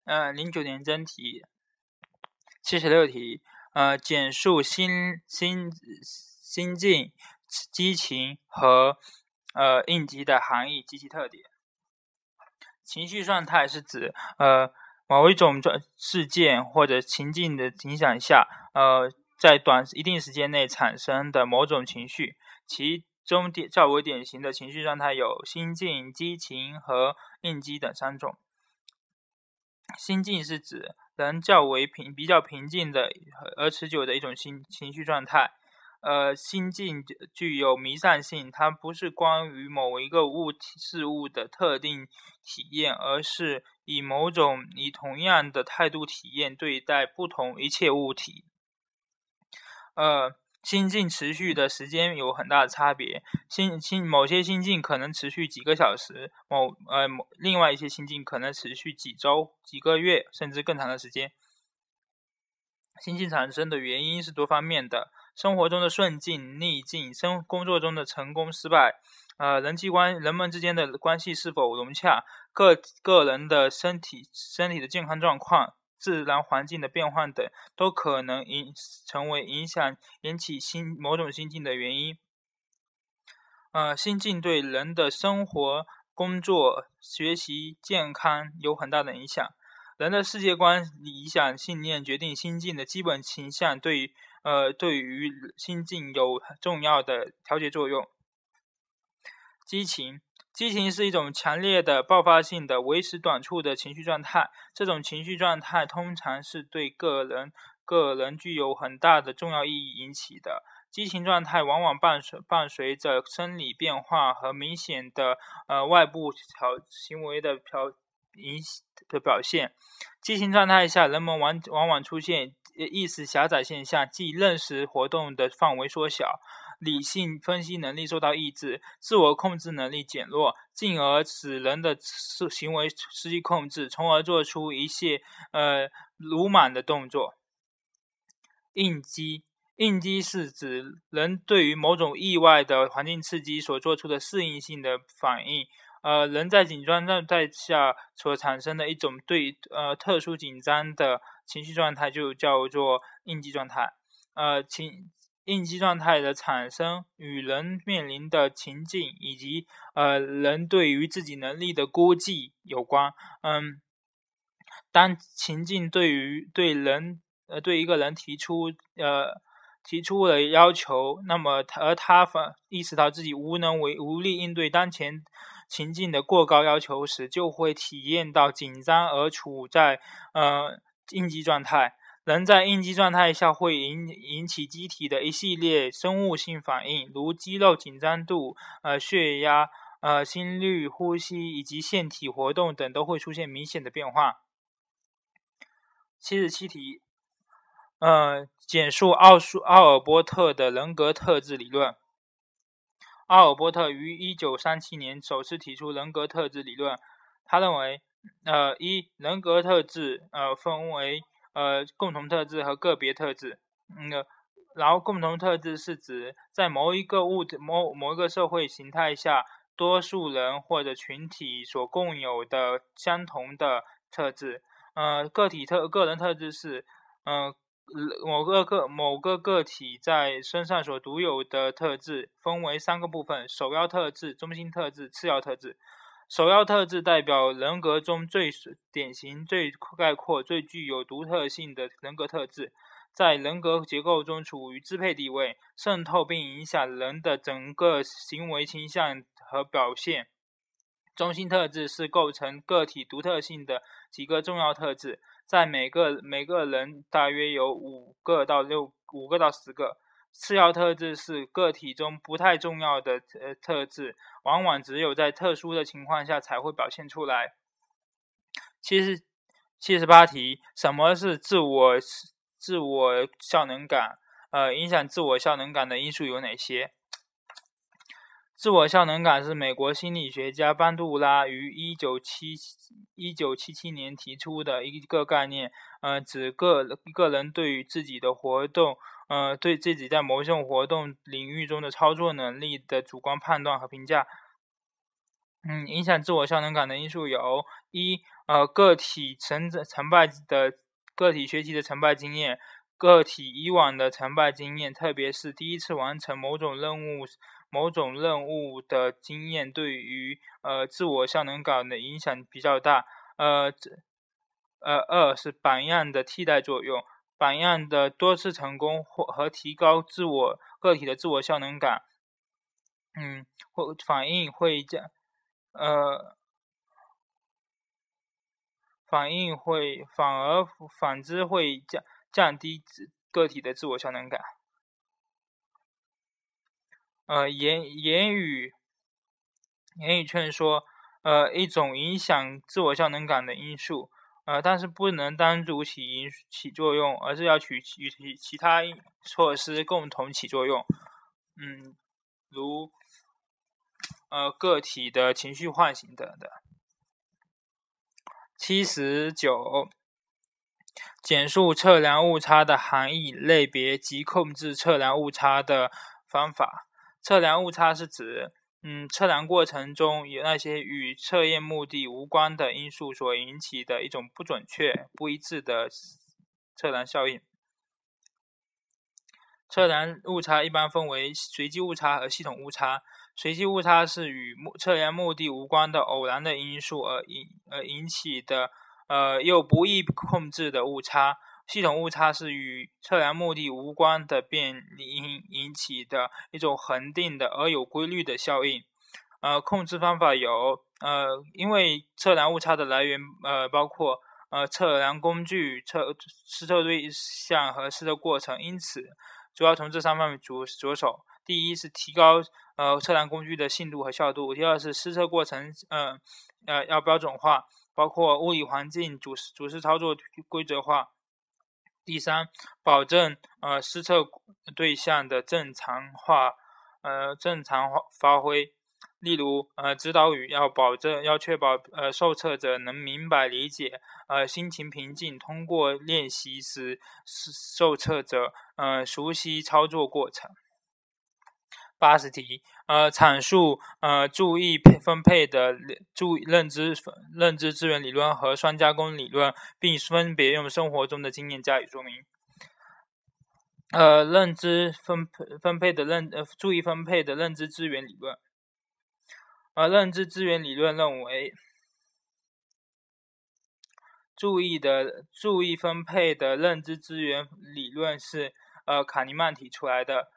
09年真题76题，简述心境、激情和应激的含义及其特点。情绪状态是指某一种事件或者情境的影响下，在一定时间内产生的某种情绪，其中较为典型的情绪状态有心境、激情和应激等3种。心境是指人较为比较平静的而持久的一种情绪状态。心境具有弥散性，它不是关于某一个事物的特定体验，而是以同样的态度体验对待不同一切物体。心境持续的时间有很大的差别，某些心境可能持续几个小时，另外一些心境可能持续几周、几个月，甚至更长的时间。心境产生的原因是多方面的，生活中的顺境、逆境，工作中的成功、失败，人们之间的关系是否融洽，个人的身体的健康状况，自然环境的变换等，都可能成为引起某种心境的原因。心境对人的生活、工作、学习、健康有很大的影响。人的世界观、理想、信念决定心境的基本倾向，对于心境有重要的调节作用。激情是一种强烈的、爆发性的、维持短促的情绪状态。这种情绪状态通常是对个人具有很大的重要意义引起的。激情状态往往伴随着生理变化和明显的外部行为的表现。激情状态下，人们往往出现意识狭窄现象，即认识活动的范围缩小，理性分析能力受到抑制，自我控制能力减弱，进而使人的行为失去控制，从而做出一些鲁莽的动作。应激是指人对于某种意外的环境刺激所做出的适应性的反应。人在紧张状态下所产生的一种对特殊紧张的情绪状态就叫做应激状态。应激状态的产生与人面临的情境以及人对于自己能力的估计有关。当情境对一个人提出了要求，那么他意识到自己无力应对当前情境的过高要求时，就会体验到紧张而处在应激状态。人在应激状态下会引起机体的一系列生物性反应，如肌肉紧张度、血压、心率、呼吸以及腺体活动等都会出现明显的变化。77题，简述奥尔波特的人格特质理论。奥尔波特于1937年首次提出人格特质理论。他认为，人格特质分为共同特质和个别特质。然后共同特质是指在某一个社会形态下，多数人或者群体所共有的相同的特质。个人特质是某个个体在身上所独有的特质，分为3个部分：首要特质、中心特质、次要特质。首要特质代表人格中最典型、最概括、最具有独特性的人格特质，在人格结构中处于支配地位，渗透并影响人的整个行为倾向和表现。中心特质是构成个体独特性的几个重要特质，在每个人大约有5个到10个。次要特质是个体中不太重要的特质，往往只有在特殊的情况下才会表现出来。78题，什么是自我效能感？影响自我效能感的因素有哪些？自我效能感是美国心理学家班杜拉于1977年提出的一个概念，指个人对于自己的活动，对自己在某种活动领域中的操作能力的主观判断和评价。 影响自我效能感的因素有：一、个体成败的个体学习的成败经验，个体以往的成败经验，特别是第一次完成某种任务的经验，对于自我效能感的影响比较大。二是榜样的替代作用，榜样的多次成功和提高个体的自我效能感，反应会降，反之会降低个体的自我效能感。言语劝说，一种影响自我效能感的因素，但是不能单独起作用，而是要与其他措施共同起作用。如个体的情绪唤醒等的。79. 简述测量误差的含义、类别及控制测量误差的方法。测量误差是指测量过程中有那些与测验目的无关的因素所引起的一种不准确、不一致的测量效应。测量误差一般分为随机误差和系统误差。随机误差是与测量目的无关的偶然的因素而引起的又不易控制的误差。系统误差是与测量目的无关的变因引起的一种恒定的而有规律的效应。控制方法有因为测量误差的来源包括测量工具、施测对象和施测过程，因此主要从这3方面着手。第一是提高测量工具的信度和效度，第二是施测过程要标准化，包括物理环境、主视操作规则化。第三，保证施测对象的正常发挥。例如指导语要确保受测者能明白理解，心情平静，通过练习使受测者熟悉操作过程。80题，阐述注意分配的认知资源理论和双加工理论，并分别用生活中的经验加以说明。认知分配的注意分配的认知资源理论。认知资源理论认为，注意分配的认知资源理论是卡尼曼提出来的。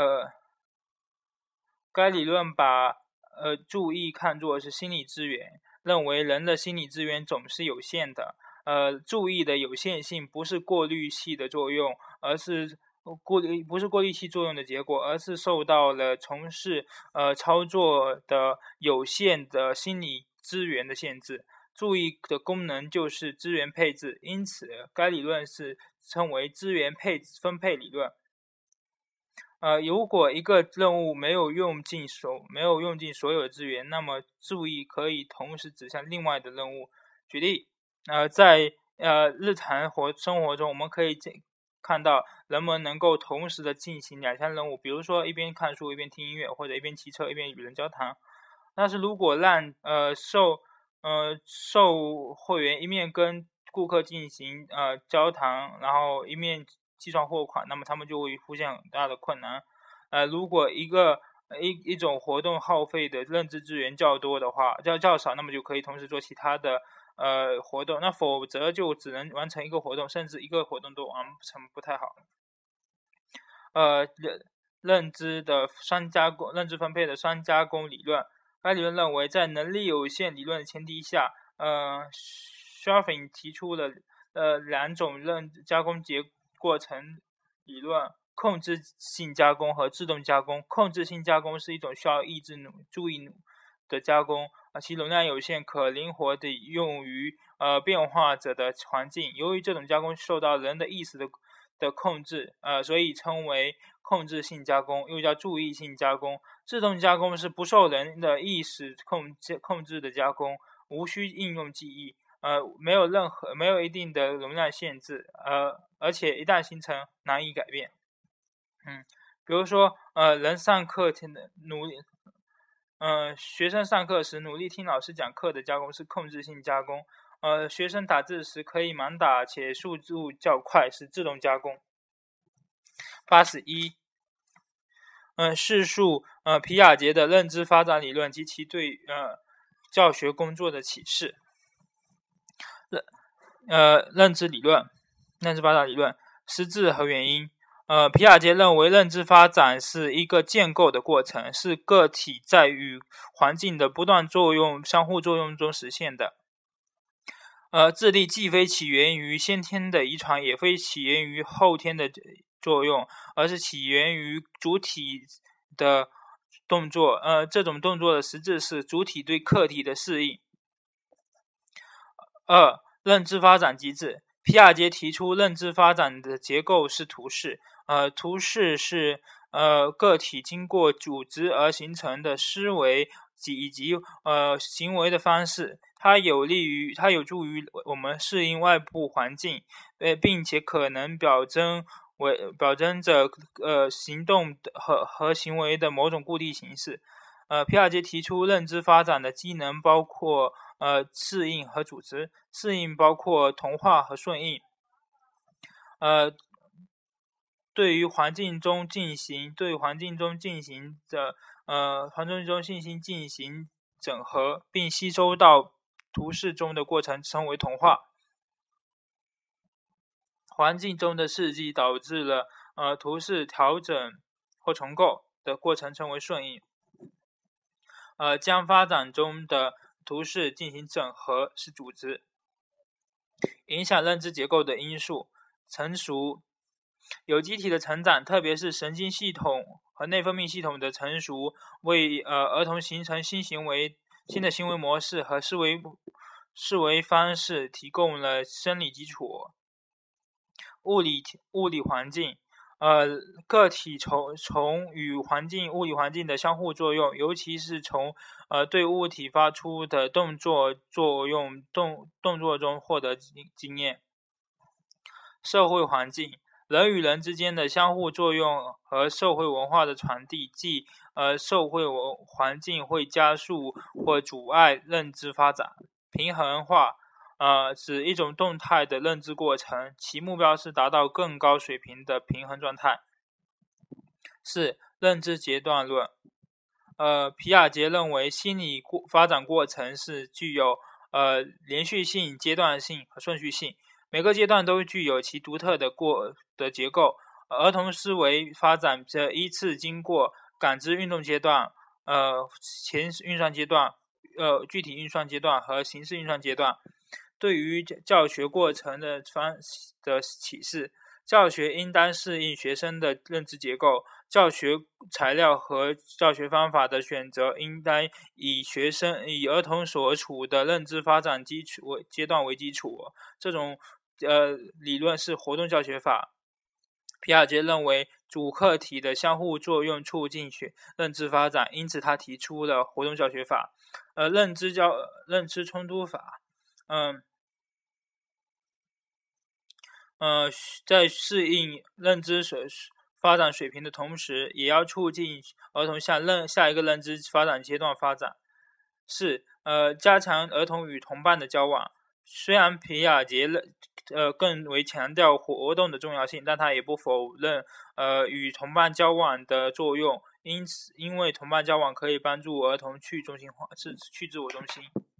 该理论把注意看作是心理资源，认为人的心理资源总是有限的。注意的有限性不是过滤器的作用，不是过滤器作用的结果，而是受到了从事操作的有限的心理资源的限制。注意的功能就是资源配置，因此该理论是称为资源分配理论。如果一个任务没有用尽所有的资源，那么注意可以同时指向另外的任务。举例，在日常生活中，我们可以看到人们能够同时的进行2项任务，比如说一边看书一边听音乐，或者一边骑车一边与人交谈。但是如果让售货员一面跟顾客进行交谈，然后一面计算货款，那么他们就会出现很大的困难。如果一种活动耗费的认知资源较少，那么就可以同时做其他的活动，那否则就只能完成一个活动，甚至一个活动都完成不太好。认知分配的双加工理论。该理论认为，在能力有限理论的前提下，Schaffing 提出了2种加工过程理论：控制性加工和自动加工。控制性加工是一种需要抑制注意的加工，其容量有限，可灵活地用于变化者的环境。由于这种加工受到人的意识的控制，所以称为控制性加工，又叫注意性加工。自动加工是不受人的意识控制的加工，无需应用记忆，没有一定的容量限制，而且一旦形成难以改变。比如说人上课学生上课时努力听老师讲课的加工是控制性加工。学生打字时可以盲打且速度较快是自动加工。81叙述皮亚杰的认知发展理论及其对教学工作的启示。认知发展理论实质和原因。皮亚杰认为认知发展是一个建构的过程，是个体在与环境的不断相互作用中实现的。智力既非起源于先天的遗传，也非起源于后天的作用，而是起源于主体的动作。这种动作的实质是主体对客体的适应。认知发展机制。皮亚杰提出认知发展的结构是图示。图示是个体经过组织而形成的思维以及行为的方式。它有助于我们适应外部环境，并且可能表征着行动和行为的某种固定形式。皮亚杰提出认知发展的机能包括适应和组织。适应包括同化和顺应。对环境中进行整合并吸收到图示中的过程称为同化。环境中的刺激导致了图示调整或重构的过程称为顺应。将发展中的图示进行整合是组织。影响认知结构的因素。成熟。有机体的成长，特别是神经系统和内分泌系统的成熟，为儿童形成新的行为模式和思维方式提供了生理基础。物理环境。个体从与物理环境的相互作用，尤其是从对物体发出的动作中获得经验。社会环境。人与人之间的相互作用和社会文化的传递，即社会环境会加速或阻碍认知发展。平衡化。指一种动态的认知过程，其目标是达到更高水平的平衡状态。4. 认知阶段论。皮亚杰认为心理发展过程是具有连续性、阶段性和顺序性，每个阶段都具有其独特的结构。儿童思维发展则依次经过感知运动阶段、前运算阶段、具体运算阶段和形式运算阶段。对于教学过程的启示。教学应当适应学生的认知结构，教学材料和教学方法的选择应当以儿童所处的认知发展阶段为基础。这种理论是活动教学法。皮亚杰认为主客体的相互作用促进认知发展，因此他提出了活动教学法。认知冲突法。在适应认知发展水平的同时，也要促进儿童向下一个认知发展阶段发展。4. 加强儿童与同伴的交往。虽然皮亚杰更为强调活动的重要性，但他也不否认与同伴交往的作用，因为同伴交往可以帮助儿童去自我中心。